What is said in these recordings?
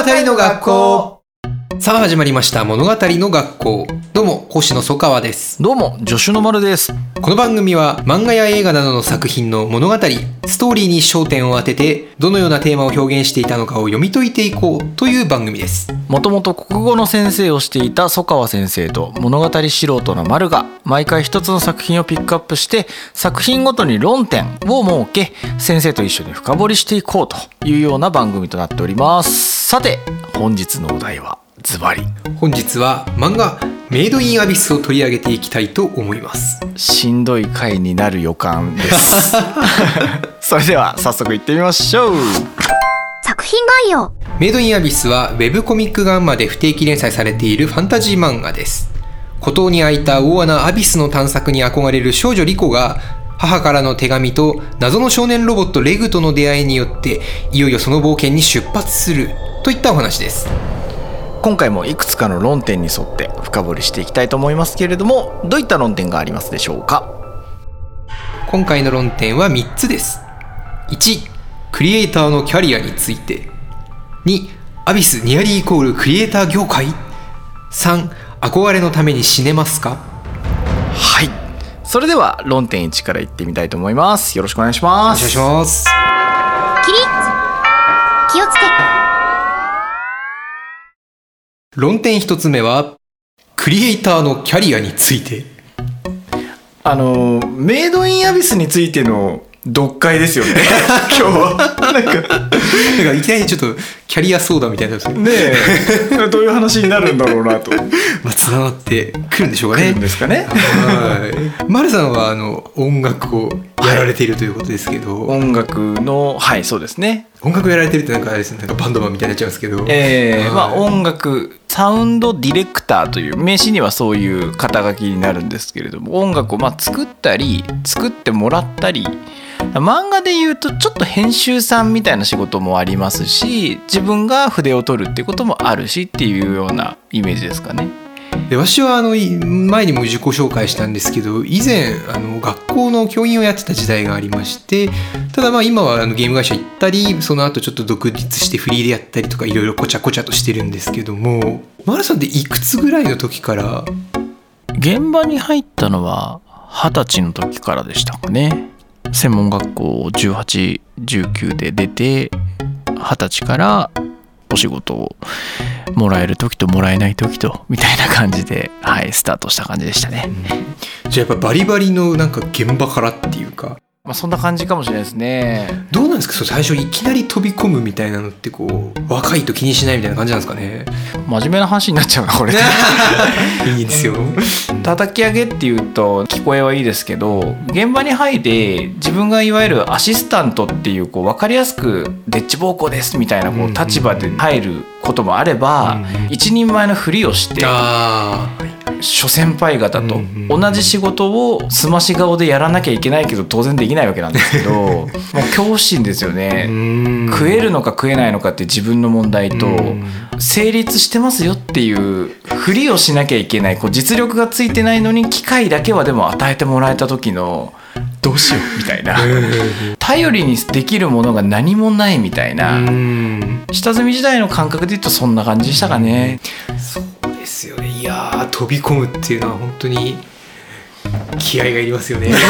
の学校。さあ始まりました物語の学校。どうも講師の曽川です。 どうも助手の丸です。 この番組は漫画や映画などの作品の物語、ストーリーに焦点を当ててどのようなテーマを表現していたのかを読み解いていこうという番組です。 もともと国語の先生をしていた曽川先生と物語素人の丸が毎回一つの作品をピックアップして作品ごとに論点を設け先生と一緒に深掘りしていこうというような番組となっております。さて本日のお題はズバリ、 本日は漫画メイドインアビスを取り上げていきたいと思います。 しんどい回になる予感ですそれでは早速いってみましょう。 作品概要。 メイドインアビスはウェブコミックガンマで不定期連載されているファンタジー漫画です。孤島に開いた大穴アビスの探索に憧れる少女リコが母からの手紙と謎の少年ロボットレグとの出会いによっていよいよその冒険に出発するといったお話です。 今回もいくつかの論点に沿って深掘りしていきたいと思いますけれども、どういった論点がありますでしょうか。 今回の論点は3つです。1、クリエイターのキャリアについて。2、アビスニアリーイコールクリエイター業界。3、憧れのために死ねますか。 はい、それでは論点1からいってみたいと思います。よろしくお願いします。 お願いします。 起立。気をつけ。 論点1つ目はクリエイターのキャリアについて。 メイドインアビスについての読解ですよね今日はなんかいきなりちょっとキャリア相談みたいなですねえどういう話になるんだろうなとつながってくるんでしょうかね。 来るんですかね。 はい。丸さんは音楽をやられているということですけど、 音楽のはいそうですね。 音楽やられてるってなんかあれですね、なんかバンドマンみたいになっちゃうんですけど、 音楽サウンドディレクターという名詞にはそういう肩書きになるんですけれども、音楽を作ったり作ってもらったり、漫画でいうとちょっと編集さんみたいな仕事もありますし、自分が筆を取るっていうこともあるしっていうようなイメージですかね。 で私は前にも自己紹介したんですけど、以前学校の教員をやってた時代がありまして、ただ今はゲーム会社行ったり、その後ちょっと独立してフリーでやったりとかいろいろこちゃこちゃとしてるんですけども、丸さんっていくつぐらいの時から現場に入ったのは20歳の時からでしたかね。専門学校18、19で出て20歳からお仕事をもらえる時ともらえない時とみたいな感じで、スタートした感じでしたね。 じゃあやっぱバリバリのなんか現場からっていうか、 そんな感じかもしれないですね。 どうなんですか、最初いきなり飛び込むみたいなのって若いと気にしないみたいな感じなんですかね。 真面目な話になっちゃうなこれいいですよ。 叩き上げっていうと聞こえはいいですけど、現場に入って自分がいわゆるアシスタントっていう分かりやすくデッチ暴行ですみたいな立場で入ることもあれば、一人前のふりをして諸先輩方と同じ仕事をすまし顔でやらなきゃいけないけど当然できないわけなんですけどもう恐怖心ですよね。食えるのか食えないのかって自分の問題と、成立してますよっていうふりをしなきゃいけない、実力がついてないのに機会だけはでも与えてもらえた時のどうしようみたいな頼りにできるものが何もないみたいな下積み時代の感覚で言うとそんな感じでしたかね。 そうですよね。いや飛び込むっていうのは本当に気合がいりますよね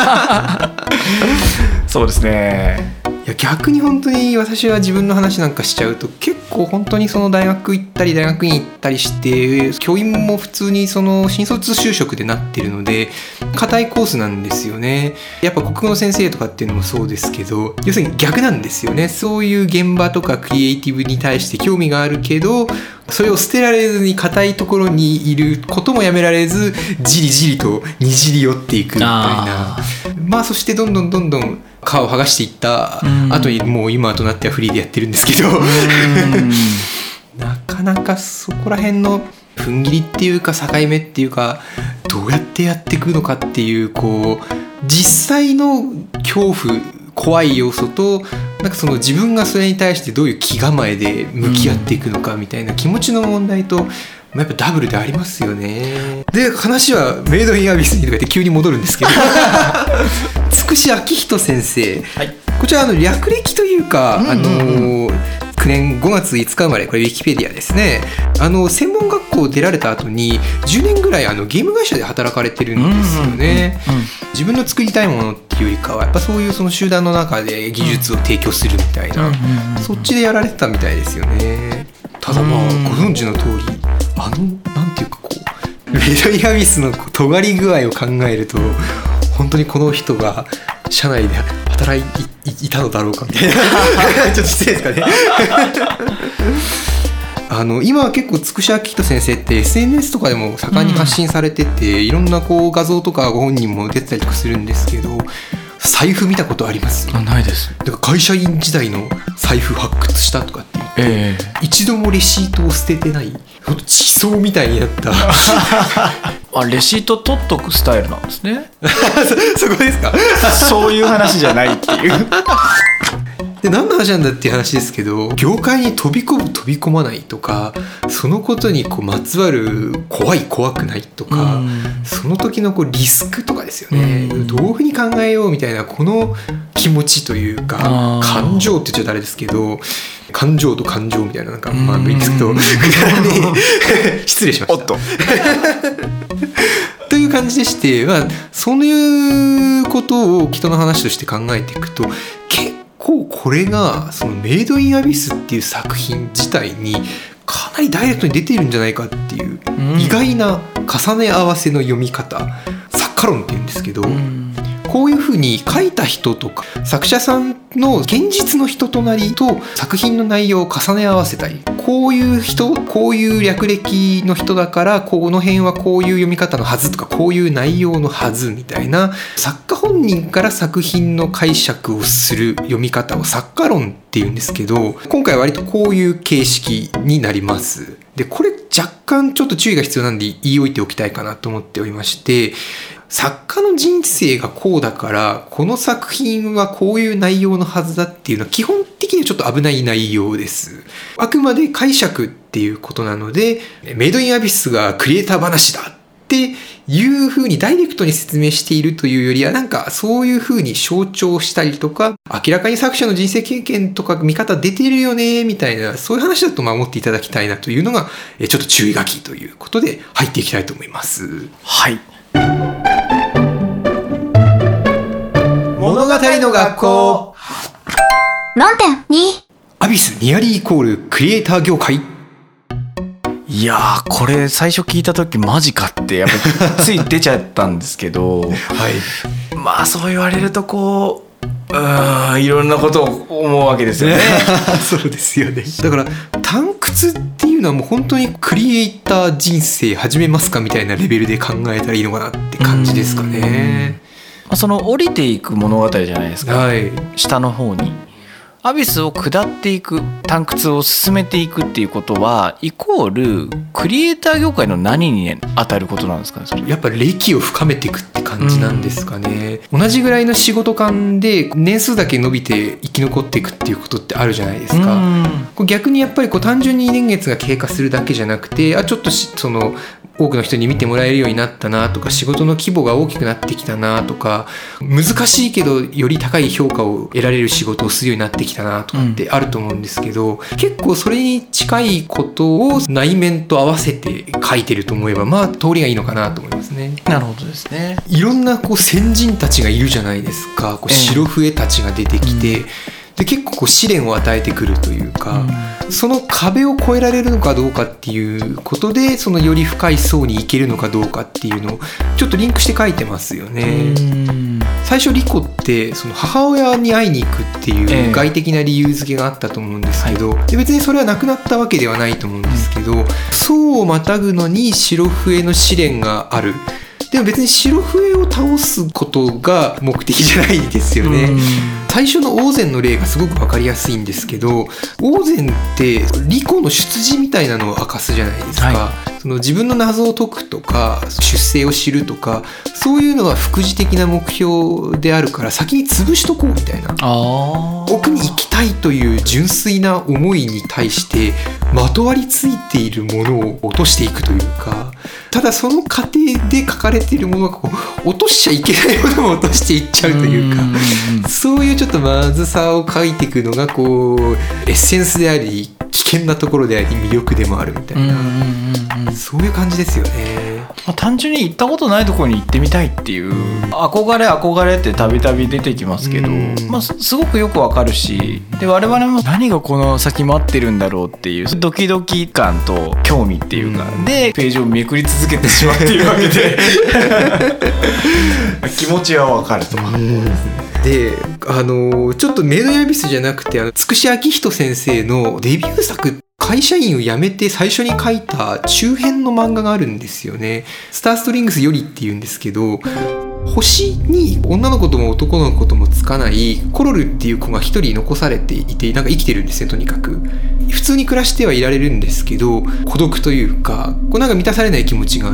そうですね。 いや逆に本当に私は自分の話なんかしちゃうと結構本当にその大学行ったり大学院行ったりして教員も普通にその新卒就職でなってるので硬いコースなんですよね。やっぱ国語の先生とかっていうのもそうですけど、要するに逆なんですよね。そういう現場とかクリエイティブに対して興味があるけどそれを捨てられずに硬いところにいることもやめられずじりじりとにじり寄っていくみたいな。そしてどんどん皮を剥がしていった後にもう今となってはフリーでやってるんですけどなかなかそこら辺の踏ん切りっていうか境目っていうかどうやってやっていくのかっていう実際の恐怖怖い要素となんかその自分がそれに対してどういう気構えで向き合っていくのかみたいな気持ちの問題とやっぱダブルでありますよね。で話はメイドインアビスにとか言って急に戻るんですけどつくし明人先生、こちら略歴というか、 年5月5日生まれ、これウィキペディアですね。専門学校出られた後に10年ぐらいゲーム会社で働かれてるんですよね。自分の作りたいものっていうよりかはやっぱそういうその集団の中で技術を提供するみたいな、そっちでやられてたみたいですよね。ただまあご存知の通りなんていうかこうメドインアビスの尖り具合を考えると本当にこの人が社内で働いたのだろうかみたいなちょっと失礼ですかね今は結構つくしあきひと先生って SNS とかでも盛んに発信されてて、いろんなこう画像とかご本人も出てたりとかするんですけど、財布見たことあります？ ないです。 だから会社員時代の財布発掘したとかって言って、一度もレシートを捨ててない、地層みたいになったレシート取っとくスタイルなんですねそこですかそういう話じゃないっていうで何の話なんだっていう話ですけど、業界に飛び込む飛び込まないとか、そのことにこうまつわる怖い怖くないとか、その時のこうリスクとかですよね、どういうふうに考えようみたいなこの気持ちというか、感情って言っちゃ誰ですけど、感情と感情みたいななんかまあいいんですけど失礼しました。 おっとという感じでして、そういうことを人の話として考えていくと、結構これがそのメイドインアビスっていう作品自体にかなりダイレクトに出ているんじゃないかっていう、意外な重ね合わせの読み方、作家論っていうんですけど、こういうふうに書いた人とか作者さんの現実の人となりと作品の内容を重ね合わせたり、こういう人、こういう略歴の人だからこの辺はこういう読み方のはずとか、こういう内容のはずみたいな、作家本人から作品の解釈をする読み方を作家論っていうんですけど、今回は割とこういう形式になります。でこれ若干ちょっと注意が必要なんで言い置いておきたいかなと思っておりまして、作家の人生がこうだからこの作品はこういう内容のはずだっていうのは基本的にはちょっと危ない内容です。あくまで解釈っていうことなので、メイドインアビスがクリエイター話だっていう風にダイレクトに説明しているというよりは、なんかそういう風に象徴したりとか、明らかに作者の人生経験とか見方出てるよねみたいな、そういう話だと思っていただきたいなというのがちょっと注意書きということで入っていきたいと思います。 はい。 物語の学校論点2、 アビスニアリーイコールクリエイター業界。 いやー、これ最初聞いた時マジかってやっぱつい出ちゃったんですけど、はい、まあそう言われるとこういろんなことを思うわけですよねそうですよね。だから探掘っていうのはもう本当にクリエイター人生始めますかみたいなレベルで考えたらいいのかなって感じですかね。 その降りていく物語じゃないですか、はい、下の方にアビスを下っていく、探掘を進めていくっていうことはイコールクリエイター業界の何に当たることなんですかね。それやっぱ歴を深めていくって感じなんですかね。同じぐらいの仕事間で年数だけ伸びて生き残っていくっていうことってあるじゃないですか。逆にやっぱり単純に年月が経過するだけじゃなくて、ちょっとその多くの人に見てもらえるようになったなとか、仕事の規模が大きくなってきたなとか、難しいけどより高い評価を得られる仕事をするようになってきたなとかってあると思うんですけど、結構それに近いことを内面と合わせて書いてると思えば、まあ通りがいいのかなと思いますね。 なるほどですね。 いろんな先人たちがいるじゃないですか。白笛たちが出てきて、で結構試練を与えてくるというか、その壁を越えられるのかどうかっていうことで、そのより深い層に行けるのかどうかっていうのをちょっとリンクして書いてますよね。最初リコってその母親に会いに行くっていう外的な理由付けがあったと思うんですけど、で別にそれはなくなったわけではないと思うんですけど、層をまたぐのに白笛の試練がある。でも別に白笛を倒すことが目的じゃないですよね。最初のオーゼンの例がすごく分かりやすいんですけど、オーゼンってリコの出自みたいなのを明かすじゃないですか、はい、その自分の謎を解くとか出生を知るとか、そういうのは副次的な目標であるから先に潰しとこうみたいな、奥に行きたいという純粋な思いに対してまとわりついているものを落としていくというか、ただその過程で書かれているものがこう落としちゃいけないものも落としていっちゃうというか、そういうちょっとまずさを書いていくのがこうエッセンスであり危険なところであり魅力でもあるみたいな、そういう感じですよね。 単純に行ったことないところに行ってみたいっていう憧れってたびたび出てきますけど、すごくよくわかるし、で我々も何がこの先待ってるんだろうっていうドキドキ感と興味っていうか、でページをめくり続けてしまっているわけで気持ちはわかると。 でちょっとメイドインアビスじゃなくてつくし昭仁先生のデビュー作、会社員を辞めて最初に書いた中編の漫画があるんですよね。スターストリングスよりっていうんですけど、星に女の子とも男の子ともつかないコロルっていう子が一人残されていて、なんか生きてるんですね。とにかく普通に暮らしてはいられるんですけど、孤独というかこうなんか満たされない気持ちがあって、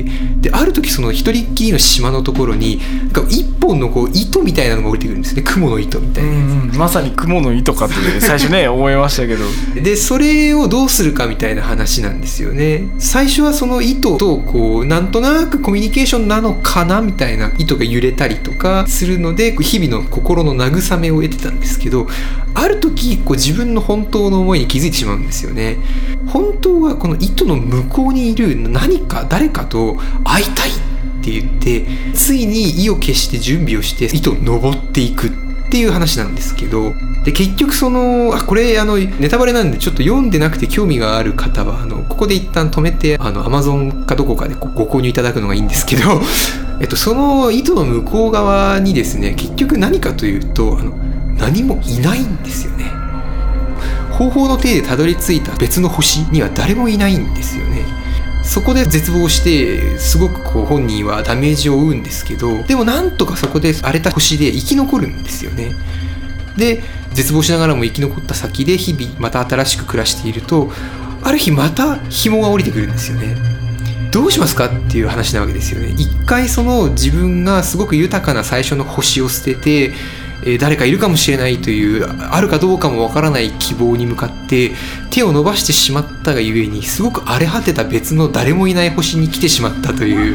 である時その一人っきりの島のところになんか一本のこう糸みたいなのが降りてくるんですね。雲の糸みたいなやつ、 まさに雲の糸かって最初ね思いましたけどでそれをどうするかみたいな話なんですよね。最初はその糸とこうなんとなくコミュニケーションなのかなみたいな、糸が揺れたりとかするので日々の心の慰めを得てたんですけど、ある時こう自分の本当の思いに気づいてしまうんですよね。本当はこの糸の向こうにいる何か誰かと会いたいって言ってついに意を決して準備をして糸を登っていくっていう話なんですけど、で結局そのこれネタバレなんでちょっと読んでなくて興味がある方はここで一旦止めてAmazon かどこかでご購入いただくのがいいんですけどその糸の向こう側にですね、結局何かというと何もいないんですよね。方法の手でたどり着いた別の星には誰もいないんですよね。そこで絶望してすごくこう本人はダメージを負うんですけど、でもなんとかそこで荒れた星で生き残るんですよね。で絶望しながらも生き残った先で日々また新しく暮らしていると、ある日また紐が降りてくるんですよね。どうしますかっていう話なわけですよね。一回その自分がすごく豊かな最初の星を捨てて、誰かいるかもしれないというあるかどうかもわからない希望に向かって手を伸ばしてしまったがゆえに、すごく荒れ果てた別の誰もいない星に来てしまったという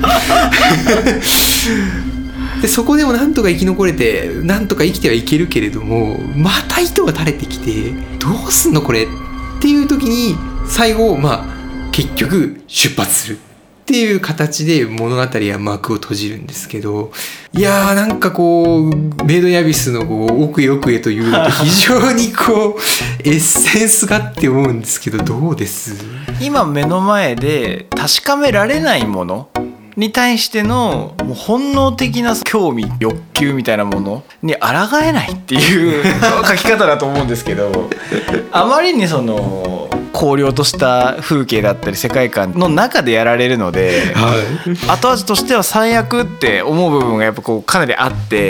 でそこでもなんとか生き残れてなんとか生きてはいけるけれども、また糸が垂れてきてどうすんのこれっていう時に最後結局出発するっていう形で物語は幕を閉じるんですけど、いやーなんかこうメイドインアビスのこう奥へ奥へというのと非常にこうエッセンスがって思うんですけど、どうです？ 今目の前で確かめられないものに対してのもう本能的な興味欲求みたいなものに抗えないっていう書き方だと思うんですけど、あまりにその荒涼とした風景だったり世界観の中でやられるので、後味としては最悪って思う部分がやっぱこうかなりあって、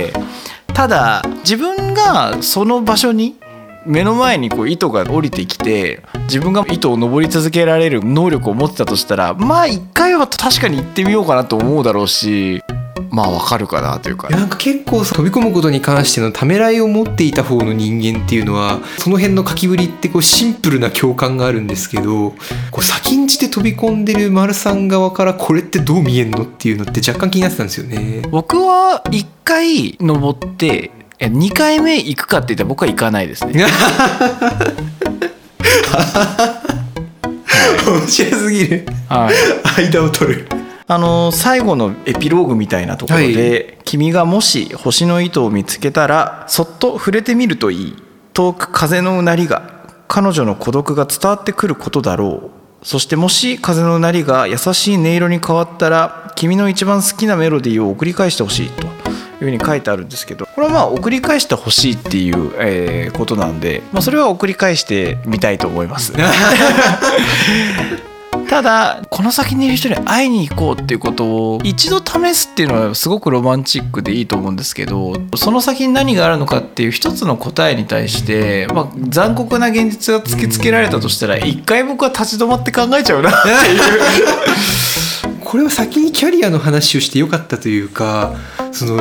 ただ自分がその場所に目の前にこう糸が降りてきて自分が糸を登り続けられる能力を持ってたとしたら、一回は確かに行ってみようかなと思うだろうし、わかるかなというか、 なんか結構飛び込むことに関してのためらいを持っていた方の人間っていうのはその辺の書きぶりってこうシンプルな共感があるんですけど、こう先んじて飛び込んでる丸さん側からこれってどう見えんのっていうのって若干気になってたんですよね。 僕は1回登って2回目行くかって言ったら僕は行かないですね面白すぎる、間を取る。 最後のエピローグみたいなところで、君がもし星の糸を見つけたらそっと触れてみるといい。遠く風のうなりが彼女の孤独が伝わってくることだろう。そしてもし風のうなりが優しい音色に変わったら君の一番好きなメロディーを送り返してほしいというふうに書いてあるんですけど、これは送り返してほしいっていう、ことなんで、それは送り返してみたいと思いますただこの先にいる人に会いに行こうっていうことを一度試すっていうのはすごくロマンチックでいいと思うんですけど、その先に何があるのかっていう一つの答えに対して、残酷な現実が突きつけられたとしたら一回僕は立ち止まって考えちゃうなっていうこれは先にキャリアの話をしてよかったというか、その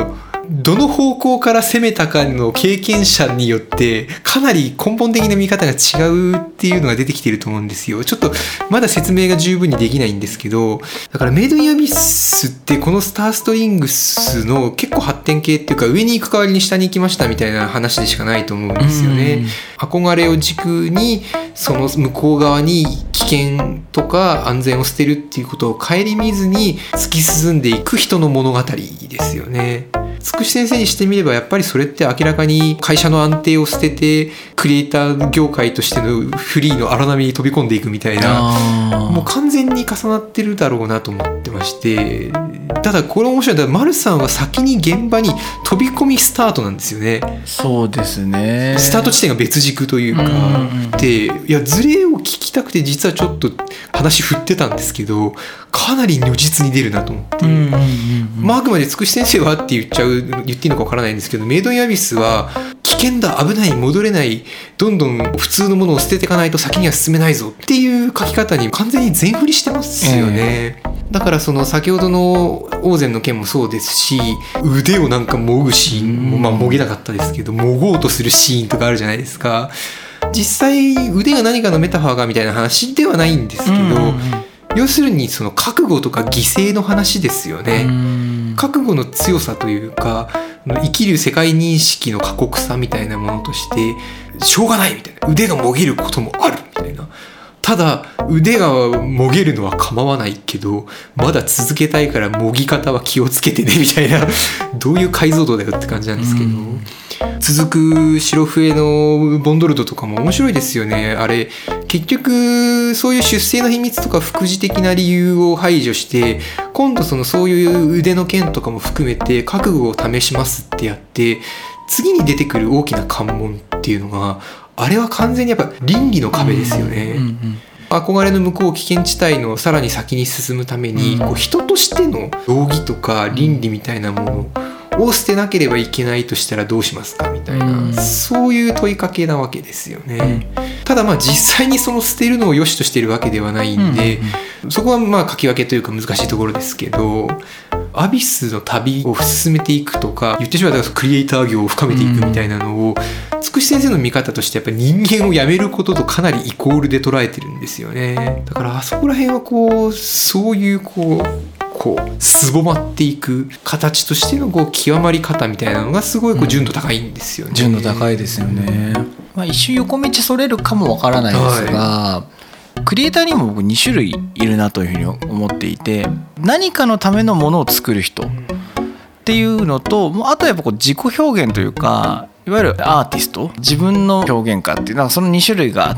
どの方向から攻めたかの経験者によってかなり根本的な見方が違うっていうのが出てきてると思うんですよ。ちょっとまだ説明が十分にできないんですけど、だからメイドインアビスってこのスターストリングスの結構発展系っていうか、上に行く代わりに下に行きましたみたいな話でしかないと思うんですよね。憧れを軸にその向こう側に危険とか安全を捨てるっていうことを顧みずに突き進んでいく人の物語ですよね。つくし先生にしてみればやっぱりそれって明らかに会社の安定を捨ててクリエイター業界としてのフリーの荒波に飛び込んでいくみたいな、もう完全に重なってるだろうなと思ってまして、ただこれ面白いのは丸さんは先に現場に飛び込みスタートなんですよね。 そうですね、 スタート地点が別軸というか、でいやズレを聞きたくて実はちょっと話振ってたんですけど、かなり如実に出るなと思って、あくまでつくし先生はって言っていいのかわからないんですけど、メイドインアビスは危険だ、危ない、戻れない、どんどん普通のものを捨てていかないと先には進めないぞっていう書き方に完全に全振りしてますよね。だからその先ほどの王禅の件もそうですし、腕をなんかもぐシーンも、もげなかったですけどもごうとするシーンとかあるじゃないですか。実際腕が何かのメタファーがみたいな話ではないんですけど、要するにその覚悟とか犠牲の話ですよね。覚悟の強さというか、生きる世界認識の過酷さみたいなものとして、しょうがないみたいな、腕がもげることもあるみたいな、ただ腕がもげるのは構わないけどまだ続けたいからもぎ方は気をつけてねみたいなどういう解像度だよって感じなんですけど、続く白笛のボンドルドとかも面白いですよね。あれ結局そういう出生の秘密とか副次的な理由を排除して、今度そういう腕の件とかも含めて覚悟を試しますってやって、次に出てくる大きな関門っていうのが、あれは完全にやっぱ倫理の壁ですよね。憧れの向こう危険地帯のさらに先に進むために、こう人としての道義とか倫理みたいなものを捨てなければいけないとしたらどうしますかみたいな、そういう問いかけなわけですよね。ただ実際にその捨てるのを良しとしているわけではないんで、そこは書き分けというか難しいところですけど、アビスの旅を進めていくとか、言ってしまったらクリエイター業を深めていくみたいなのを、つくし先生の見方としてやっぱり人間をやめることとかなりイコールで捉えてるんですよね。だからあそこら辺はそういうすぼまっていく形としての極まり方みたいなのがすごい純度高いんですよね。 純度高いですよね。一瞬横道それるかもわからないですが、クリエイターにも僕2種類いるなというふうに思っていて、何かのためのものを作る人っていうのと、あとはやっぱ自己表現というか、いわゆるアーティスト、自分の表現かっていうその2種類があって、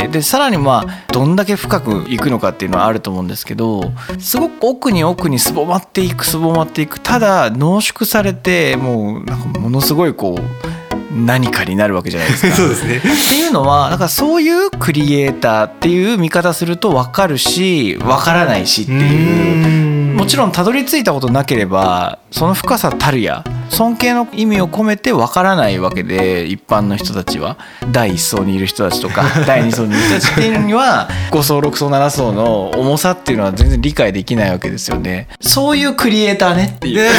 でさらにどんだけ深くいくのかっていうのはあると思うんですけど、すごく奥にすぼまっていく、ただ濃縮されてものすごい何かになるわけじゃないですか。 そうですね。 っていうのはだからそういうクリエイターっていう見方すると分かるし分からないしっていう、もちろんたどり着いたことなければその深さたるや尊敬の意味を込めて分からないわけで、一般の人たちは第1層にいる人たちとか第2層にいる人たちっていうのには5層6層7層の重さっていうのは全然理解できないわけですよね。そういうクリエイターねっていう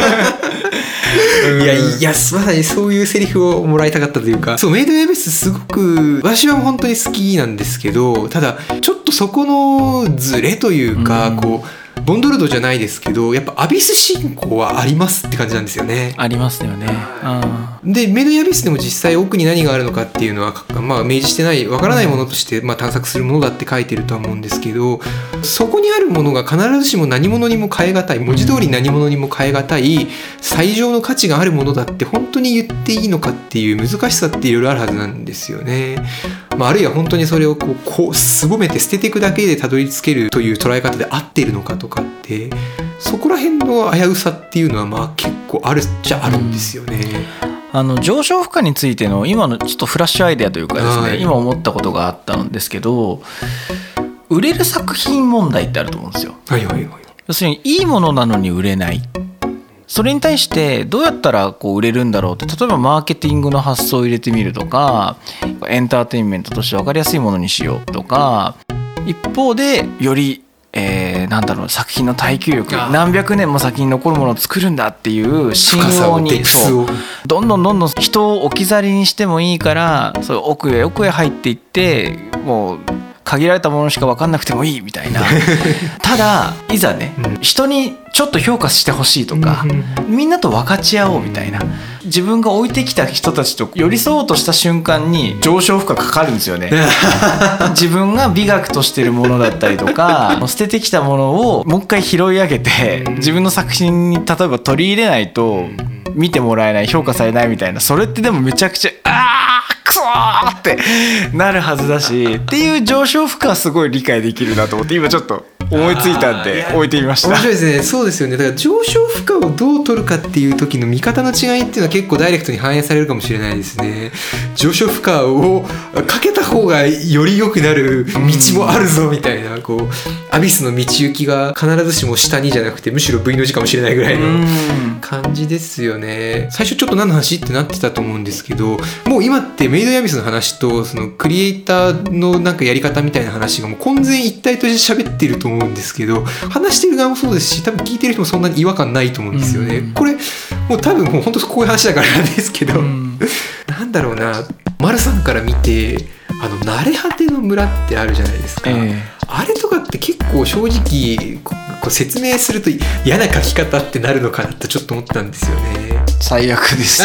いやまさにそういうセリフをもらいたかったというか、メイドインアビスすごく私は本当に好きなんですけど、ただちょっとそこのズレというか、ボンドルドじゃないですけど、やっぱアビス信仰はありますって感じなんですよね。 ありますよね。 でメイドインアビスでも実際奥に何があるのかっていうのは明示してない、わからないものとして探索するものだって書いてるとは思うんですけど、そこにあるものが必ずしも何者にも変え難い、文字通り何者にも変え難い最上の価値があるものだって本当に言っていいのかっていう難しさっていろいろあるはずなんですよね。あるいは本当にそれをすぼめて捨てていくだけでたどり着けるという捉え方で合っているのかとかって、そこら辺の危うさっていうのは結構あるっちゃあるんですよね。 上昇負荷についての今のちょっとフラッシュアイデアというかですね、今思ったことがあったんですけど、売れる作品問題ってあると思うんですよ。要するにいいものなのに売れない、それに対してどうやったら売れるんだろうって、例えばマーケティングの発想を入れてみるとか、エンターテインメントとして分かりやすいものにしようとか、一方でよりなんだろう、作品の耐久力、何百年も先に残るものを作るんだっていう信用に、そうどんどん人を置き去りにしてもいいから、そう奥へ奥へ入っていって、もう限られたものしか分かんなくてもいいみたいなただいざね、人にちょっと評価してほしいとか、みんなと分かち合おうみたいな、自分が置いてきた人たちと寄り添おうとした瞬間に上昇負荷かかるんですよね自分が美学としてるものだったりとか捨ててきたものをもう一回拾い上げて、自分の作品に例えば取り入れないと見てもらえない、評価されないみたいな、それってでもめちゃくちゃクソーってなるはずだしっていう上昇負荷はすごい理解できるなと思って、今ちょっと思いついたんで置いてみました。 面白いですね。そうですよね。だから上昇負荷をどう取るかっていう時の見方の違いっていうのは結構ダイレクトに反映されるかもしれないですね。上昇負荷をかけた方がより良くなる道もあるぞみたいな、こうアビスの道行きが必ずしも下にじゃなくてむしろ V の字かもしれないぐらいの感じですよね。最初ちょっと何の話ってなってたと思うんですけど、もう今ってメイドインアビスの話とそのクリエイターのなんかやり方みたいな話がもう混然一体として喋ってると思うんですけど、話してる側もそうですし、多分聞いてる人もそんなに違和感ないと思うんですよね。これもう多分もう本当こういう話だからなんですけど、なんだろうな、丸さんから見て慣れ果ての村ってあるじゃないですか、あれとかって結構正直こう説明すると嫌な書き方ってなるのかなってちょっと思ったんですよね。 最悪です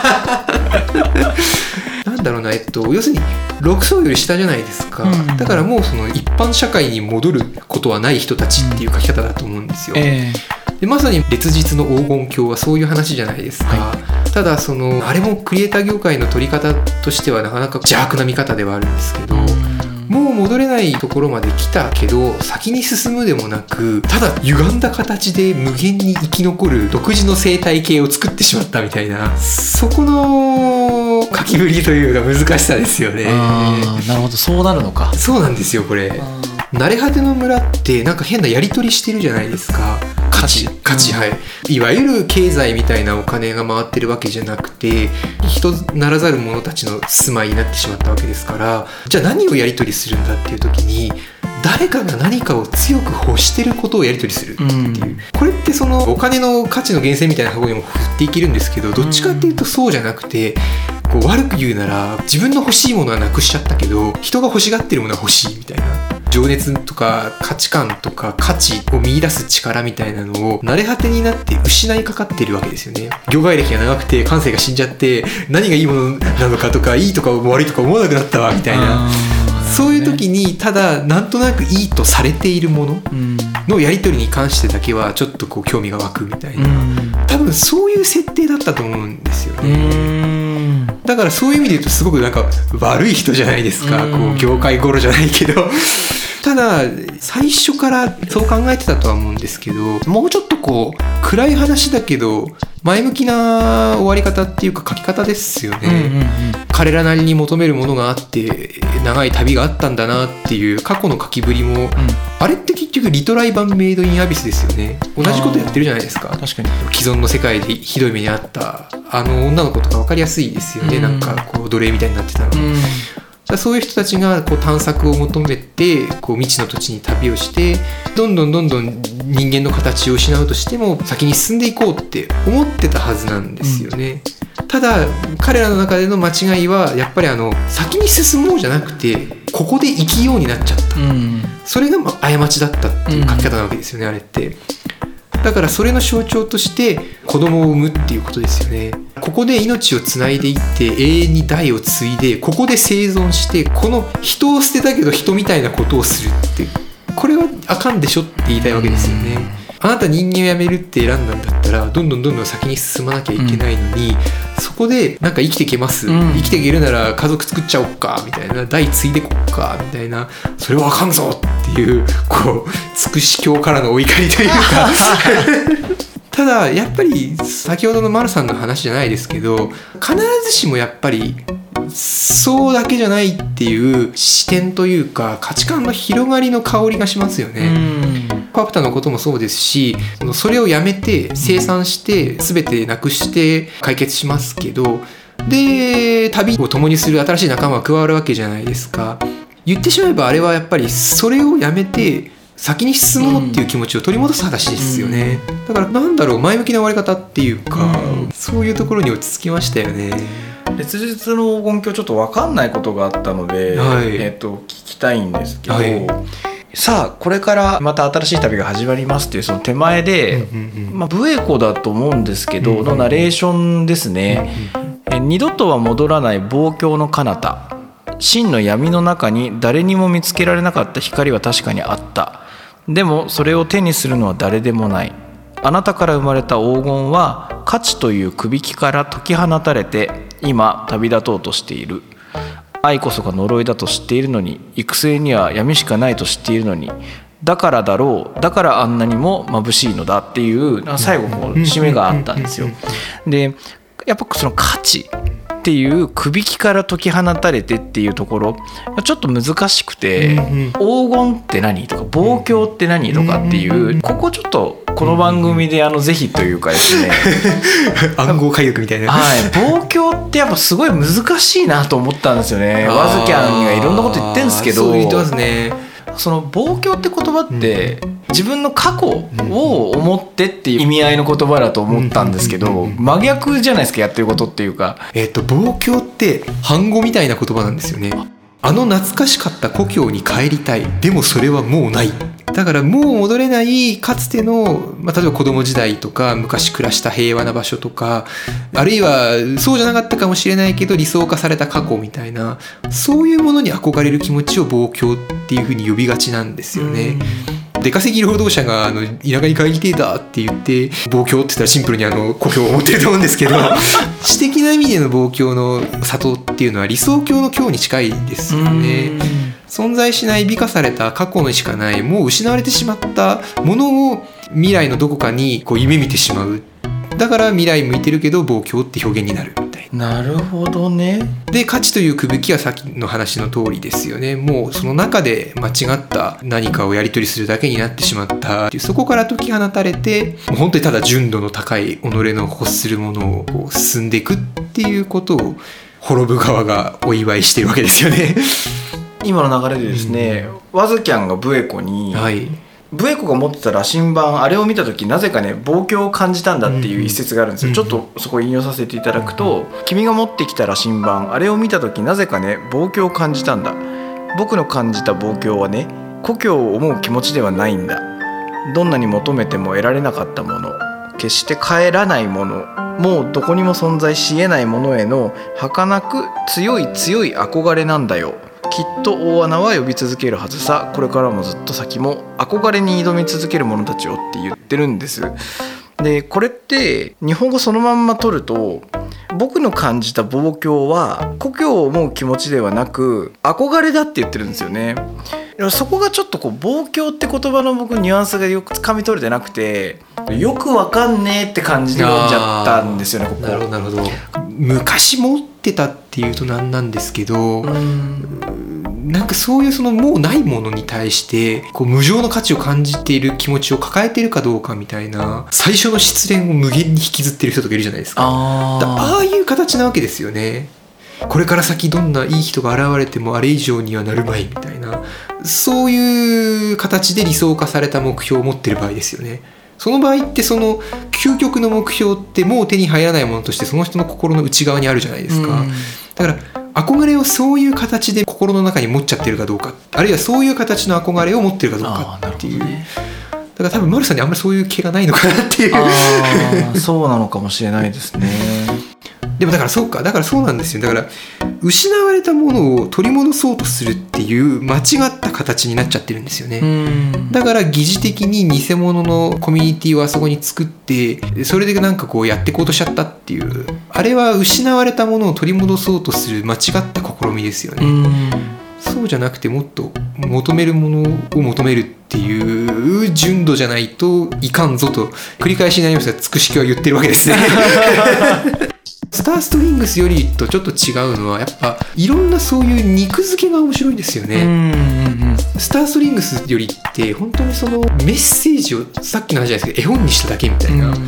なんだろうな、要するに6層より下じゃないですか、だからもうその一般社会に戻ることはない人たちっていう書き方だと思うんですよ、でまさに烈日の黄金鏡はそういう話じゃないですか、ただあれもクリエイター業界の取り方としてはなかなか邪悪な見方ではあるんですけど、もう戻れないところまで来たけど先に進むでもなく、ただ歪んだ形で無限に生き残る独自の生態系を作ってしまったみたいな、そこの書きぶりというか難しさですよね。 なるほど、そうなるのか。 そうなんですよ。これ慣れ果ての村ってなんか変なやり取りしてるじゃないですか。価値、はい。いわゆる経済みたいなお金が回ってるわけじゃなくて、人ならざる者たちの住まいになってしまったわけですから、じゃあ何をやり取りするんだっていう時に、誰かが何かを強く欲してることをやり取りするっていう、これってそのお金の価値の源泉みたいなところにも振っていけるんですけど、どっちかっていうとそうじゃなくて、こう悪く言うなら自分の欲しいものはなくしちゃったけど人が欲しがってるものは欲しいみたいな、情熱とか価値観とか価値を見出す力みたいなのを慣れ果てになって失いかかってるわけですよね。業界歴が長くて感性が死んじゃって何がいいものなのかとかいいとか悪いとか思わなくなったわみたいな、そういう時にただなんとなくいいとされているもののやり取りに関してだけはちょっとこう興味が湧くみたいな、多分そういう設定だったと思うんですよね。だからそういう意味で言うとすごくなんか悪い人じゃないですか、こう業界ゴロじゃないけどただ最初からそう考えてたとは思うんですけど、もうちょっとこう暗い話だけど前向きな終わり方っていうか書き方ですよね、彼らなりに求めるものがあって長い旅があったんだなっていう過去の書きぶりも、あれって結局リトライ版メイドインアビスですよね。同じことやってるじゃないですか。 確かに既存の世界でひどい目にあった女の子とか分かりやすいですよね、なんかこう奴隷みたいになってたの、そういう人たちがこう探索を求めてこう未知の土地に旅をしてどんどん人間の形を失うとしても先に進んでいこうって思ってたはずなんですよね、ただ彼らの中での間違いはやっぱり先に進もうじゃなくてここで生きようになっちゃった、それが過ちだったっていう書き方なわけですよね、あれって。だからそれの象徴として子供を産むっていうことですよね。ここで命をつないでいって永遠に代を継いでここで生存してこの人を捨てたけど人みたいなことをするって、これはあかんでしょって言いたいわけですよね。あなた人間をやめるって選んだんだったらどんどん先に進まなきゃいけないのに、そこでなんか生きていけます、生きていけるなら家族作っちゃおっかみたいな、代継いでこっかみたいな、それはあかんぞっていうこうつくし教からのお怒りというかただやっぱり先ほどの丸さんの話じゃないですけど、必ずしもやっぱりそうだけじゃないっていう視点というか価値観の広がりの香りがしますよね。パプタのこともそうですし、それをやめて生産して全てなくして解決しますけど、で旅を共にする新しい仲間が加わるわけじゃないですか。言ってしまえばあれはやっぱりそれをやめて先に進もうっていう気持ちを取り戻す話ですよね、だからなんだろう、前向きな終わり方っていうか、そういうところに落ち着きましたよね。 別日の黄金鏡ちょっと分かんないことがあったので、聞きたいんですけど、さあこれからまた新しい旅が始まりますっていうその手前で、ブエコだと思うんですけど、のナレーションですね、二度とは戻らない望郷の彼方、真の闇の中に誰にも見つけられなかった光は確かにあった。でもそれを手にするのは誰でもない。あなたから生まれた黄金は価値というくびきから解き放たれて今旅立とうとしている。愛こそが呪いだと知っているのに、育成には闇しかないと知っているのに、だからだろう、だからあんなにも眩しいのだっていう最後こう締めがあったんですよ。でやっぱその価値っていうくびきから解き放たれてっていうところちょっと難しくて、黄金って何とか望郷って何とかっていう、ここちょっとこの番組でぜひというかですね暗号解読みたいな、 望郷ってやっぱすごい難しいなと思ったんですよね。ワズキャンがいろんなこと言ってるんですけど、 そう言ってますね。 その望郷って言葉って自分の過去を思ってっていう意味合いの言葉だと思ったんですけど、真逆じゃないですか、やってることっていうか。 望郷って反語みたいな言葉なんですよね。懐かしかった故郷に帰りたい、でもそれはもうない。だからもう戻れないかつての、例えば子供時代とか昔暮らした平和な場所とか、あるいはそうじゃなかったかもしれないけど理想化された過去みたいな、そういうものに憧れる気持ちを望郷っていうふうに呼びがちなんですよね。出稼ぎ労働者が田舎に帰りてえだって言って望郷って言ったらシンプルに故郷を思ってると思うんですけど詩的な意味での望郷の里っていうのは理想郷の郷に近いですよね。存在しない、美化された過去にしかない、もう失われてしまったものを未来のどこかに夢見てしまう。だから未来向いてるけど望郷って表現になるみたいな。 なるほどね。 で価値というくびきはさっきの話の通りですよね。もうその中で間違った何かをやり取りするだけになってしまったっていう、そこから解き放たれてもう本当にただ純度の高い己の欲するものを進んでいくっていうことを滅ぶ側がお祝いしてるわけですよね。 今の流れでですね、ワズキャンがブエコに、ブエコが持ってた羅針盤、あれを見た時なぜかね望郷を感じたんだっていう一節があるんですよ。ちょっとそこを引用させていただくと、君が持ってきた羅針盤、あれを見た時なぜかね望郷を感じたんだ。僕の感じた望郷はね、故郷を思う気持ちではないんだ。どんなに求めても得られなかったもの、決して帰らないもの、もうどこにも存在し得ないものへの儚く強い強い憧れなんだよ。きっと大穴は呼び続けるはずさ。これからもずっと先も憧れに挑み続ける者たちをって言ってるんです。でこれって日本語そのまんま取ると、僕の感じた望郷は故郷を思う気持ちではなく憧れだって言ってるんですよね。そこがちょっと望郷って言葉の僕ニュアンスがよくつかみ取れてなくて、よくわかんねえって感じで読んじゃったんですよね。ここなるほど。昔持ってたっていうとなんなんですけど、なんかそういうもうないものに対して無常の価値を感じている気持ちを抱えているかどうかみたいな、最初の失恋を無限に引きずってる人とかいるじゃないですか。ああいう形なわけですよね。これから先どんないい人が現れてもあれ以上にはなるまいみたいな、そういう形で理想化された目標を持ってる場合ですよね。その場合って究極の目標ってもう手に入らないものとしてその人の心の内側にあるじゃないですか。だから憧れをそういう形で心の中に持っちゃってるかどうか、あるいはそういう形の憧れを持ってるかどうかっていう、だから多分丸さんにあんまりそういう気がないのかなっていうそうなのかもしれないですね。 でもだからそうなんですよ。だから失われたものを取り戻そうとするっていう間違った形になっちゃってるんですよね。だから疑似的に偽物のコミュニティをあそこに作って、それでなんかやっていこうとしちゃったっていう、あれは失われたものを取り戻そうとする間違った試みですよね。そうじゃなくてもっと求めるものを求めるっていう純度じゃないといかんぞと繰り返しになりますが、つくしきは言ってるわけですね。スターストリングスよりとちょっと違うのはやっぱいろんなそういう肉付けが面白いんですよね。スターストリングスよりって本当にメッセージをさっきの話じゃないですけど絵本にしただけみたいな、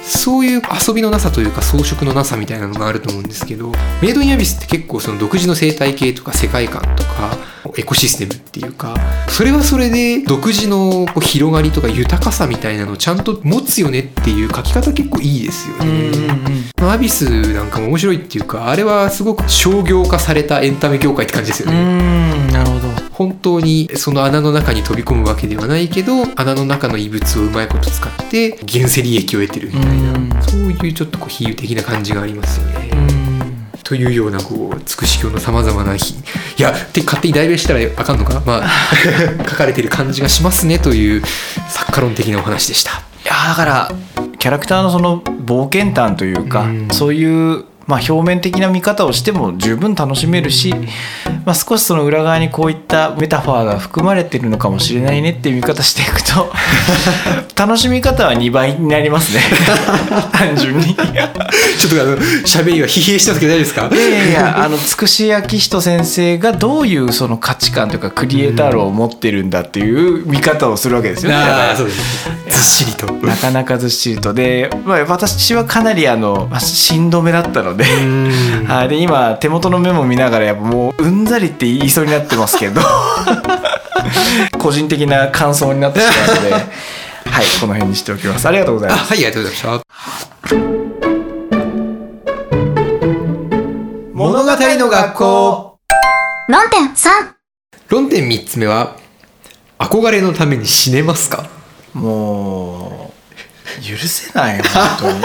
そういう遊びのなさというか装飾のなさみたいなのがあると思うんですけど、メイドインアビスって結構その独自の生態系とか世界観とかエコシステムっていうか、それはそれで独自のこう広がりとか豊かさみたいなのをちゃんと持つよねっていう書き方結構いいですよね。アビスなんかも面白いっていうか、あれはすごく商業化されたエンタメ業界って感じですよね。 なるほど。 本当にその穴の中に飛び込むわけではないけど、穴の中の異物をうまいこと使って現世利益を得てるみたいな、そういうちょっとこう比喩的な感じがありますよね。というようなこうつくし教のさまざまなって勝手に代弁したらあかんのか、書かれてる感じがしますねという作家論的なお話でした。 いやだからキャラクターのその冒険譚というか、そういう表面的な見方をしても十分楽しめるし、少しその裏側にこういったメタファーが含まれてるのかもしれないねっていう見方していくと楽しみ方は2倍になりますね単純にちょっと喋りは疲弊してますけど大丈夫ですか？ いやつくし昭仁先生がどういうその価値観というかクリエイター論を持ってるんだっていう見方をするわけですよね。 そうですずっしりとなかなかずっしりとで、私はかなりしんどめだったのでで今手元のメモ見ながらやっぱもううんざりって言いそうになってますけど個人的な感想になってしまうのではいこの辺にしておきます。ありがとうございます。 はい、ありがとうございました。物語の学校論点3。 論点3つ目は憧れのために死ねますか？ もう許せない本当に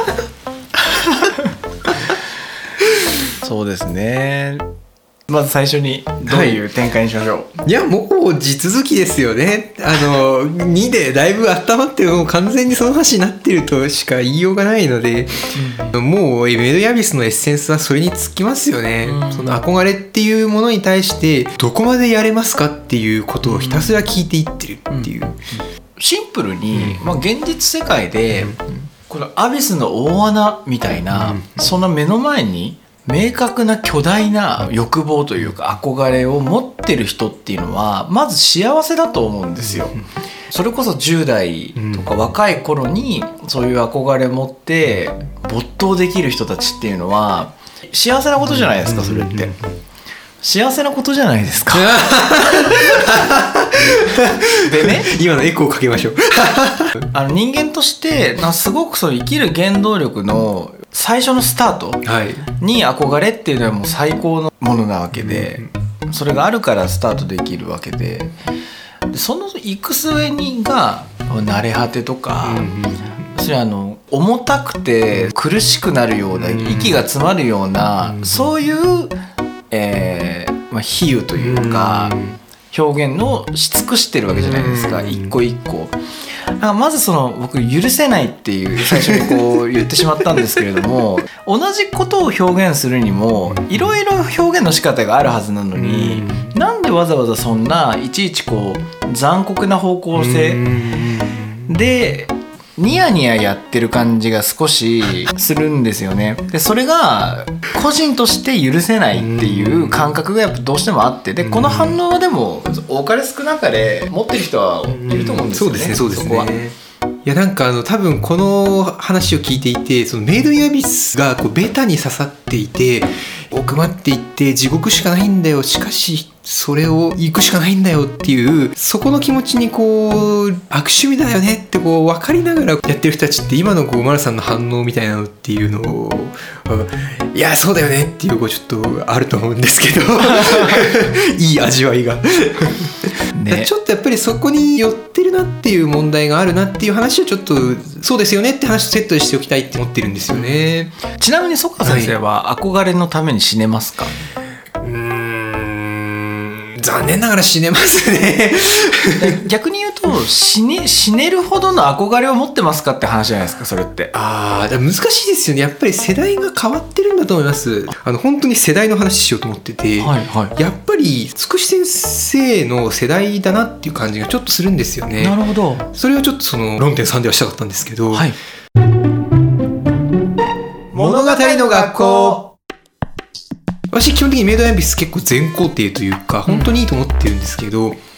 そうですね。まず最初にどういう展開にしましょう？ いやもう地続きですよね。2でだいぶ温まってもう完全にその話になってるとしか言いようがないので、もうメイドインアビスのエッセンスはそれに尽きますよね。その憧れっていうものに対してどこまでやれますかっていうことをひたすら聞いていってるっていう、 シンプルに、現実世界で、このアビスの大穴みたいな、そんな目の前に明確な巨大な欲望というか憧れを持ってる人っていうのはまず幸せだと思うんですよ。それこそ10代とか若い頃にそういう憧れを持って没頭できる人たちっていうのは幸せなことじゃないですか。それって幸せなことじゃないですかでね、 今のエコーをかけましょう人間としてすごくそう生きる原動力の最初のスタートに憧れっていうのはもう最高のものなわけで、それがあるからスタートできるわけで、その行く末にが慣れ果てとか、それ重たくて苦しくなるような息が詰まるようなそういう比喩というか表現をし尽くしてるわけじゃないですか、一個一個。まず僕許せないっていう最初にこう言ってしまったんですけれども同じことを表現するにもいろいろ表現の仕方があるはずなのに、なんでわざわざそんないちいちこう残酷な方向性でニヤニヤやってる感じが少しするんですよね。でそれが個人として許せないっていう感覚がやっぱどうしてもあって、でこの反応はでも多かれ少なかれ持ってる人はいると思うんですよね。 そうですね。いやなんか多分この話を聞いていて、そのメイドインアビスがこうベタに刺さっていて奥まっていって地獄しかないんだよ、しかしそれを行くしかないんだよっていうそこの気持ちにこう悪趣味だよねってこう分かりながらやってる人たちって今のこうマルさんの反応みたいなのっていうのをいやそうだよねっていうこうちょっとあると思うんですけどいい味わいがね、ちょっとやっぱりそこに寄ってるなっていう問題があるなっていう話をちょっとそうですよねって話とセットにしておきたいって思ってるんですよね。 ちなみに曽川先生は憧れのために死ねますか？ 残念ながら死ねますね逆に言うと死ねるほどの憧れを持ってますかって話じゃないですか、それって。 だから難しいですよね。やっぱり世代が変わってるんだと思います。本当に世代の話しようと思ってて、やっぱりつくし先生の世代だなっていう感じがちょっとするんですよね。 なるほど。 それをちょっとその論点3ではしたかったんですけど、物語の学校。私基本的にメイドインアビス結構全肯定というか本当にいいと思ってるんですけど、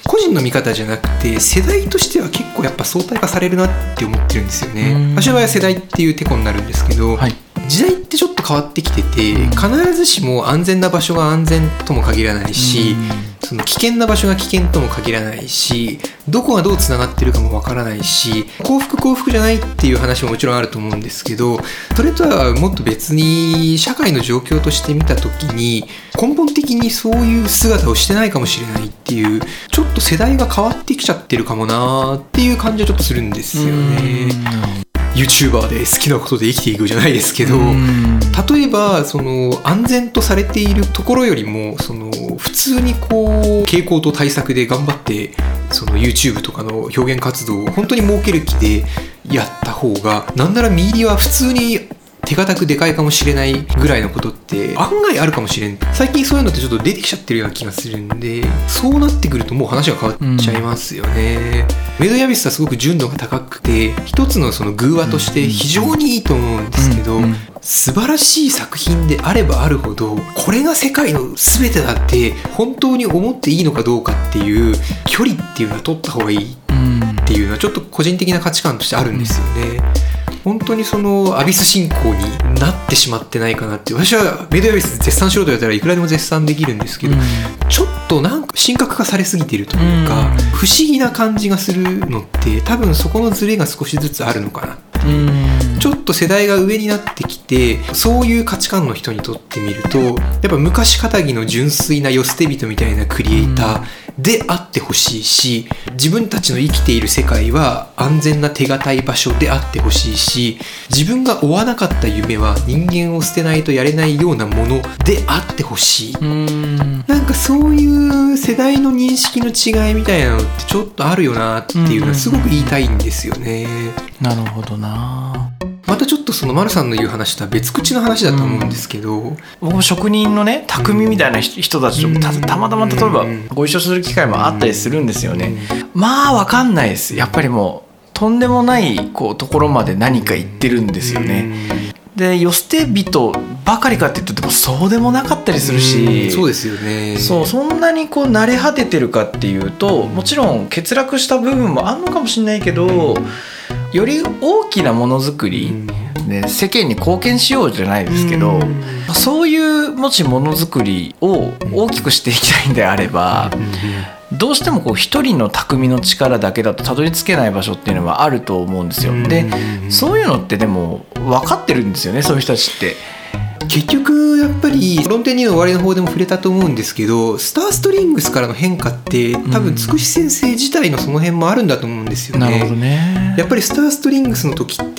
個人の見方じゃなくて世代としては結構やっぱ相対化されるなって思ってるんですよね。私の場合は世代っていうテコになるんですけど、はい、時代ってちょっと変わってきてて、必ずしも安全な場所が安全とも限らないし、その危険な場所が危険とも限らないし、どこがどうつながってるかもわからないし、幸福じゃないっていう話ももちろんあると思うんですけど、それとはもっと別に社会の状況として見た時に根本的にそういう姿をしてないかもしれないっていう、ちょっと世代が変わってきちゃってるかもなっていう感じはちょっとするんですよね。YouTuber で好きなことで生きていくじゃないですけど、例えばその安全とされているところよりもその普通にこう傾向と対策で頑張ってその YouTube とかの表現活動を本当に儲ける気でやった方が、なんなら見入りは普通に手堅くでかいかもしれないぐらいのことって案外あるかもしれん。最近そういうのってちょっと出てきちゃってるような気がするんで、そうなってくるともう話が変わっちゃいますよね。メイドインアビスはすごく純度が高くて、一つのその偶話として非常にいいと思うんですけど、素晴らしい作品であればあるほど、これが世界の全てだって本当に思っていいのかどうかっていう距離っていうのは取った方がいいっていうのはちょっと個人的な価値観としてあるんですよね。本当にそのアビス信仰になってしまってないかなって。私はメイドインアビス絶賛しろと言われたらいくらでも絶賛できるんですけど、ちょっとなんか神格化されすぎてるというか、不思議な感じがするのって多分そこのズレが少しずつあるのかな。ちょっと世代が上になってきて、そういう価値観の人にとってみるとやっぱ昔かたぎの純粋な世捨て人みたいなクリエイターであってほしいし、自分たちの生きている世界は安全な手堅い場所であってほしいし、自分が追わなかった夢は人間を捨てないとやれないようなものであってほしい。なんかそういう世代の認識の違いみたいなのってちょっとあるよなっていうのはすごく言いたいんですよね。 なるほどな。 またちょっとその丸さんの言う話とは別口の話だと思うんですけど、 僕も職人のね匠みたいな人たちとたまたま例えばご一緒する機会もあったりするんですよね。まあ分かんないです。やっぱりもうとんでもないこうところまで何か言ってるんですよね。で世捨て人ばかりかって言ってもそうでもなかったりするし、 そうですよね。 そんなにこう慣れ果ててるかっていうと、もちろん欠落した部分もあるのかもしれないけど、より大きなものづくりで世間に貢献しようじゃないですけど、そういうもしものづくりを大きくしていきたいんであれば、どうしてもこう一人の匠の力だけだとたどり着けない場所っていうのはあると思うんですよ。でそういうのってでも分かってるんですよね、そういう人たちって。 結局やっぱり論点2の終わりの方でも触れたと思うんですけど、スターストリングスからの変化って多分つくし先生自体のその辺もあるんだと思うんですよね。 なるほどね。 やっぱりスターストリングスの時って、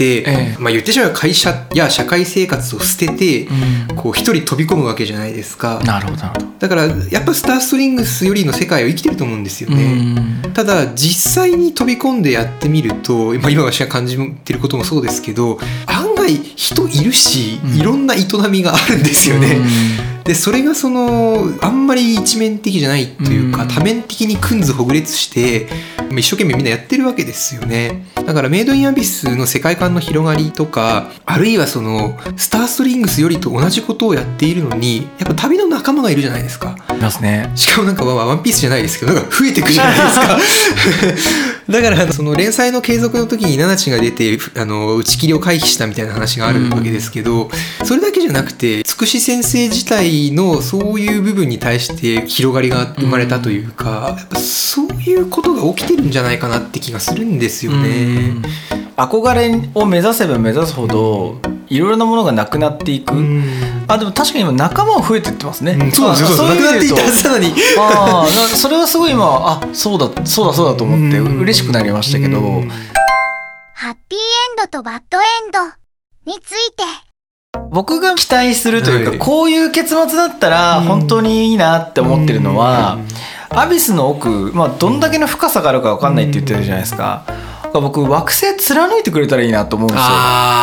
言ってしまえば会社や社会生活を捨てて、こう一人飛び込むわけじゃないですか。 なるほど。 だからやっぱスターストリングスよりの世界を生きてると思うんですよね。ただ実際に飛び込んでやってみると、今私が感じてることもそうですけど、案外人いるし、いろんな営みがあるんですよね。でそれがそのあんまり一面的じゃないというか、多面的にくんずほぐれつして一生懸命みんなやってるわけですよね。だからメイドインアビスの世界観の広がりとか、あるいはそのスターストリングスよりと同じことをやっているのに、やっぱ旅の仲間がいるじゃないですか。 いますね。 しかもなんかワンピースじゃないですけど、なんか増えてくじゃないですか。だからその連載の継続の時にナナチが出て打ち切りを回避したみたいな話があるわけですけど、それだけじゃなくてつくし先生自体のそういう部分に対して広がりが生まれたというか、やっぱそういうことが起きてるんじゃないかなって気がするんですよね。 憧れを目指せば目指すほどいろいろなものがなくなっていく。でも確かに今仲間は増えていってますね。 そうですよ。そうなくなっていったはずなのに。 それはすごい今そうだと思って嬉しくなりましたけど。 ハッピーエンドとバッドエンドについて僕が期待するというか、こういう結末だったら本当にいいなって思ってるのは、アビスの奥、どんだけの深さがあるか分かんないって言ってるじゃないですか。僕惑星貫いてくれたらいいなと思うんですよ。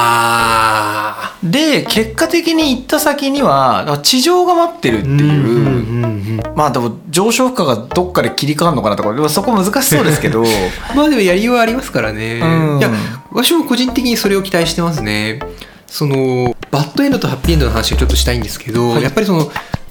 で結果的に行った先には地上が待ってるっていう、でも上昇負荷がどっかで切り替わるのかなとか、そこ難しそうですけどでもやりようはありますからね。いや私も個人的にそれを期待してますね。そのバッドエンドとハッピーエンドの話をちょっとしたいんですけど、やっぱりそのハッピ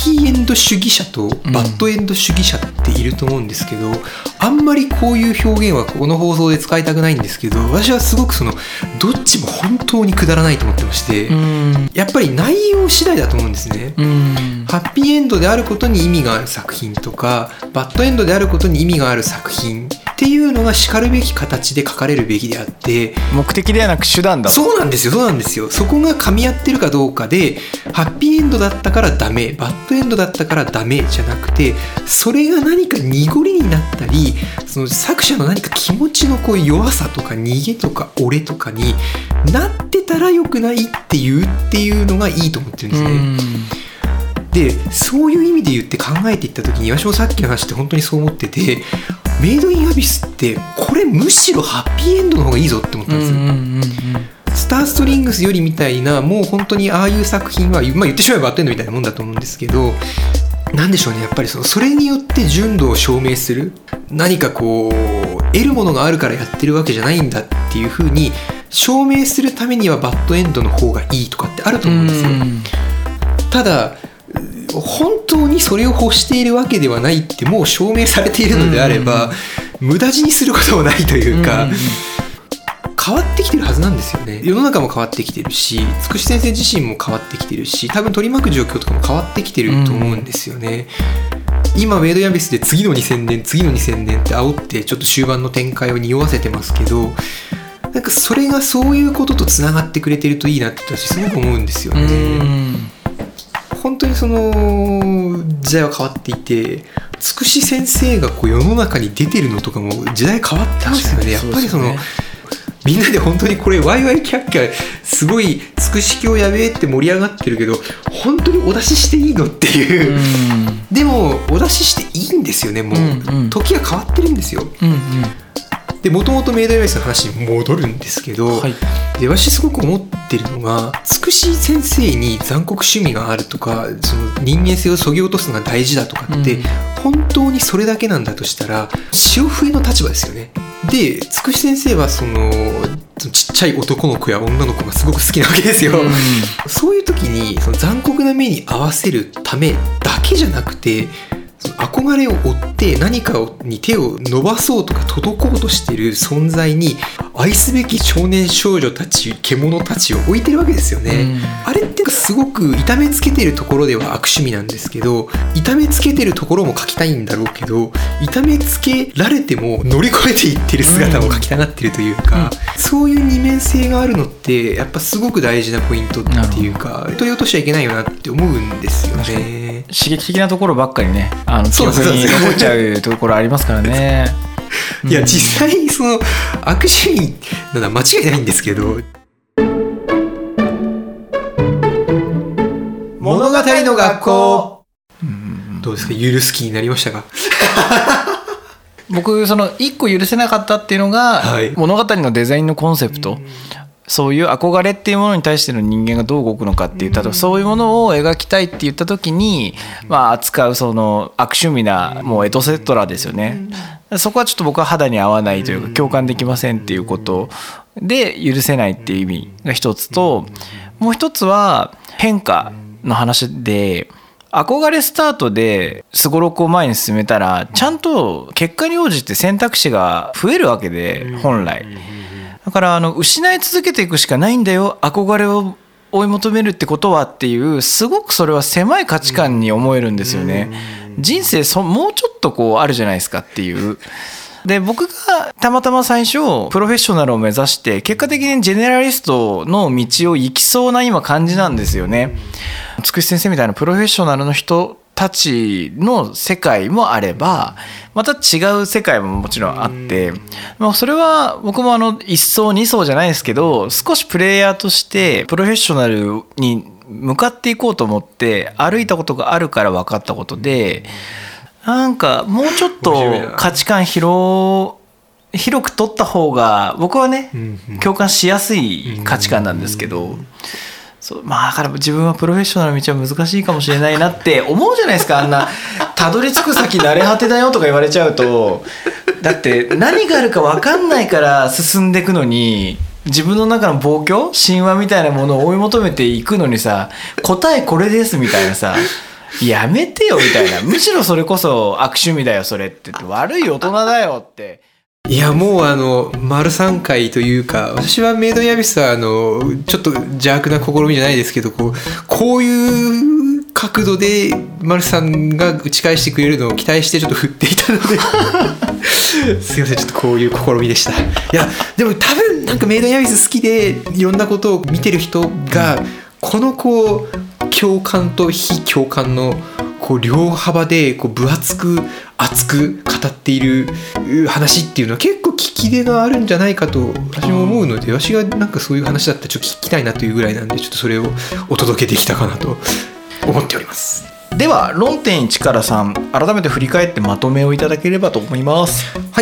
ピーエンド主義者とバッドエンド主義者っていると思うんですけど、あんまりこういう表現はこの放送で使いたくないんですけど、私はすごくどっちも本当にくだらないと思ってまして、やっぱり内容次第だと思うんですね。ハッピーエンドであることに意味がある作品とか、バッドエンドであることに意味がある作品っていうのがしかるべき形で書かれるべきであって、 目的ではなく手段だと。 そうなんですよ。そこが噛み合ってるかどうかで、ハッピーエンドだったからダメ、バッドエンドだったからダメじゃなくて、それが何か濁りになったり、その作者の何か気持ちのこう弱さとか逃げとか俺とかになってたら良くないっていうのがいいと思ってるんですね。でそういう意味で言って考えていった時に、私もさっきの話って本当にそう思ってて、メイドインアビスってこれむしろハッピーエンドの方がいいぞって思ったんですよ。スターストリングスよりみたいな、もう本当にああいう作品は、言ってしまえばバッドエンドみたいなもんだと思うんですけど、なんでしょうね、やっぱりそれによって純度を証明する、何かこう得るものがあるからやってるわけじゃないんだっていう風に証明するためにはバッドエンドの方がいいとかってあると思うんですよ。ただ本当にそれを欲しているわけではないってもう証明されているのであれば、無駄死にすることもないというか、変わってきてるはずなんですよね。世の中も変わってきてるし、つくし先生自身も変わってきてるし、多分取り巻く状況とかも変わってきてると思うんですよね。今メイドインアビスで次の2000年って煽ってちょっと終盤の展開を匂わせてますけど、なんかそれがそういうこととつながってくれてるといいなって私すごく思うんですよね。本当にその時代は変わっていて、つくし先生がこう世の中に出てるのとかも時代変わってますよね。やっぱりみんなで本当にこれワイワイキャッキャすごいつくし教やべえって盛り上がってるけど、本当にお出ししていいのっていう、でもお出ししていいんですよね。もう時が変わってるんですよ。でもともとメイドインアビスの話に戻るんですけど、で私すごく思ってるのが、つくし先生に残酷趣味があるとか、その人間性を削ぎ落とすのが大事だとかって、本当にそれだけなんだとしたら潮笛の立場ですよね。でつくし先生はそのちっちゃい男の子や女の子がすごく好きなわけですよ。そういう時にその残酷な目に合わせるためだけじゃなくて、その憧れを追って何かに手を伸ばそうとか届こうとしている存在に愛すべき少年少女たち、獣たちを置いてるわけですよね。あれってすごく痛めつけてるところでは悪趣味なんですけど、痛めつけてるところも描きたいんだろうけど、痛めつけられても乗り越えていってる姿を描きたがってるというか、そういう二面性があるのってやっぱすごく大事なポイントっていうか、取り落としちゃいけないよなって思うんですよね。 刺激的なところばっかりね、記憶に残っちゃうところありますからね。 いや実際その悪趣味なのは間違いないんですけど、物語の学校、どうですか、許す気になりましたか？ 僕その一個許せなかったっていうのが、物語のデザインのコンセプト、そういう憧れっていうものに対しての人間がどう動くのかって言ったと、そういうものを描きたいって言った時に、扱うその悪趣味なもうエトセトラですよね。そこはちょっと僕は肌に合わないというか共感できませんっていうことで許せないっていう意味が一つと、もう一つは変化の話で、憧れスタートですごろくを前に進めたらちゃんと結果に応じて選択肢が増えるわけで、本来だから失い続けていくしかないんだよ、憧れを追い求めるってことはっていう、すごくそれは狭い価値観に思えるんですよね。人生もうちょっとこうあるじゃないですかっていう。で僕がたまたま最初プロフェッショナルを目指して結果的にジェネラリストの道を行きそうな今感じなんですよね。つくし先生みたいなプロフェッショナルの人たちの世界もあれば、また違う世界ももちろんあって、それは僕も1層2層じゃないですけど、少しプレイヤーとしてプロフェッショナルに向かっていこうと思って歩いたことがあるから分かったことで、なんかもうちょっと価値観広く取った方が僕はね共感しやすい価値観なんですけど、だから自分はプロフェッショナルの道は難しいかもしれないなって思うじゃないですか。あんなたどり着く先慣れ果てだよとか言われちゃうと、だって何があるか分かんないから進んでいくのに、自分の中の望郷神話みたいなものを追い求めていくのにさ、答えこれですみたいなさ、 やめてよみたいな、むしろそれこそ悪趣味だよそれって悪い大人だよって。 いやもう丸3回というか、私はメイドインアビスはちょっと邪悪な試みじゃないですけど、こういう角度で丸さんが打ち返してくれるのを期待してちょっと振っていたのですいません、ちょっとこういう試みでした。いやでも多分なんかメイドインアビス好きでいろんなことを見てる人が、この共感と非共感の両幅で分厚く熱く語っている話っていうのは結構聞き手があるんじゃないかと私も思うので、私がなんかそういう話だったらちょっと聞きたいなというぐらいなんで、ちょっとそれをお届けできたかなと思っております。 では論点1から3改めて振り返ってまとめをいただければと思います。 はい、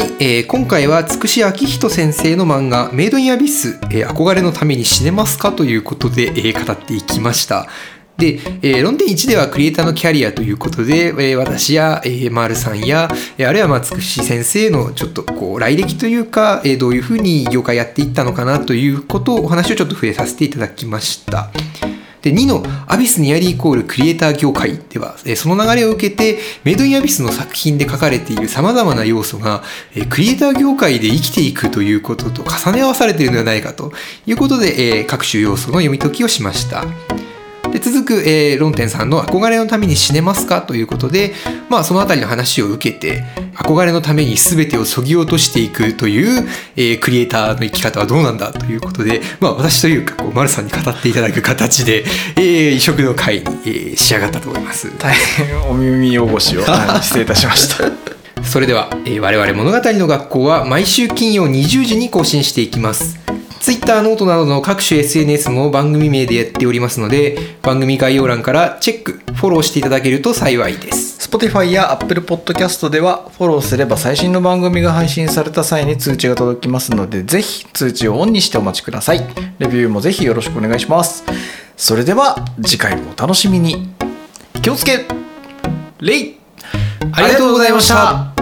今回はつくしあきひと先生の漫画メイドインアビス、憧れのために死ねますかということで、語っていきました。で、論点1ではクリエイターのキャリアということで、私や、マールさんや、あるいはつくし先生のちょっと来歴というか、どういうふうに業界やっていったのかなということをお話をちょっと触れさせていただきました。で2のアビスニアリーイコールクリエイター業界では、その流れを受けてメイドインアビスの作品で書かれているさまざまな要素がクリエイター業界で生きていくということと重ね合わされているのではないかということで、各種要素の読み解きをしました。で続く、論点3の憧れのために死ねますかということで、そのあたりの話を受けて憧れのために全てを削ぎ落としていくという、クリエイターの生き方はどうなんだということで、私というか丸さんに語っていただく形で、異色の回に、仕上がったと思います。 大変お耳汚しを失礼いたしましたそれでは、我々物語の学校は毎週金曜20時に更新していきます。Twitter、ノートなどの各種 SNS も番組名でやっておりますので、番組概要欄からチェック、フォローしていただけると幸いです。 Spotify や Apple Podcast ではフォローすれば最新の番組が配信された際に通知が届きますので、ぜひ通知をオンにしてお待ちください。レビューもぜひよろしくお願いします。それでは次回もお楽しみに。気をつけ、レイ。 ありがとうございました。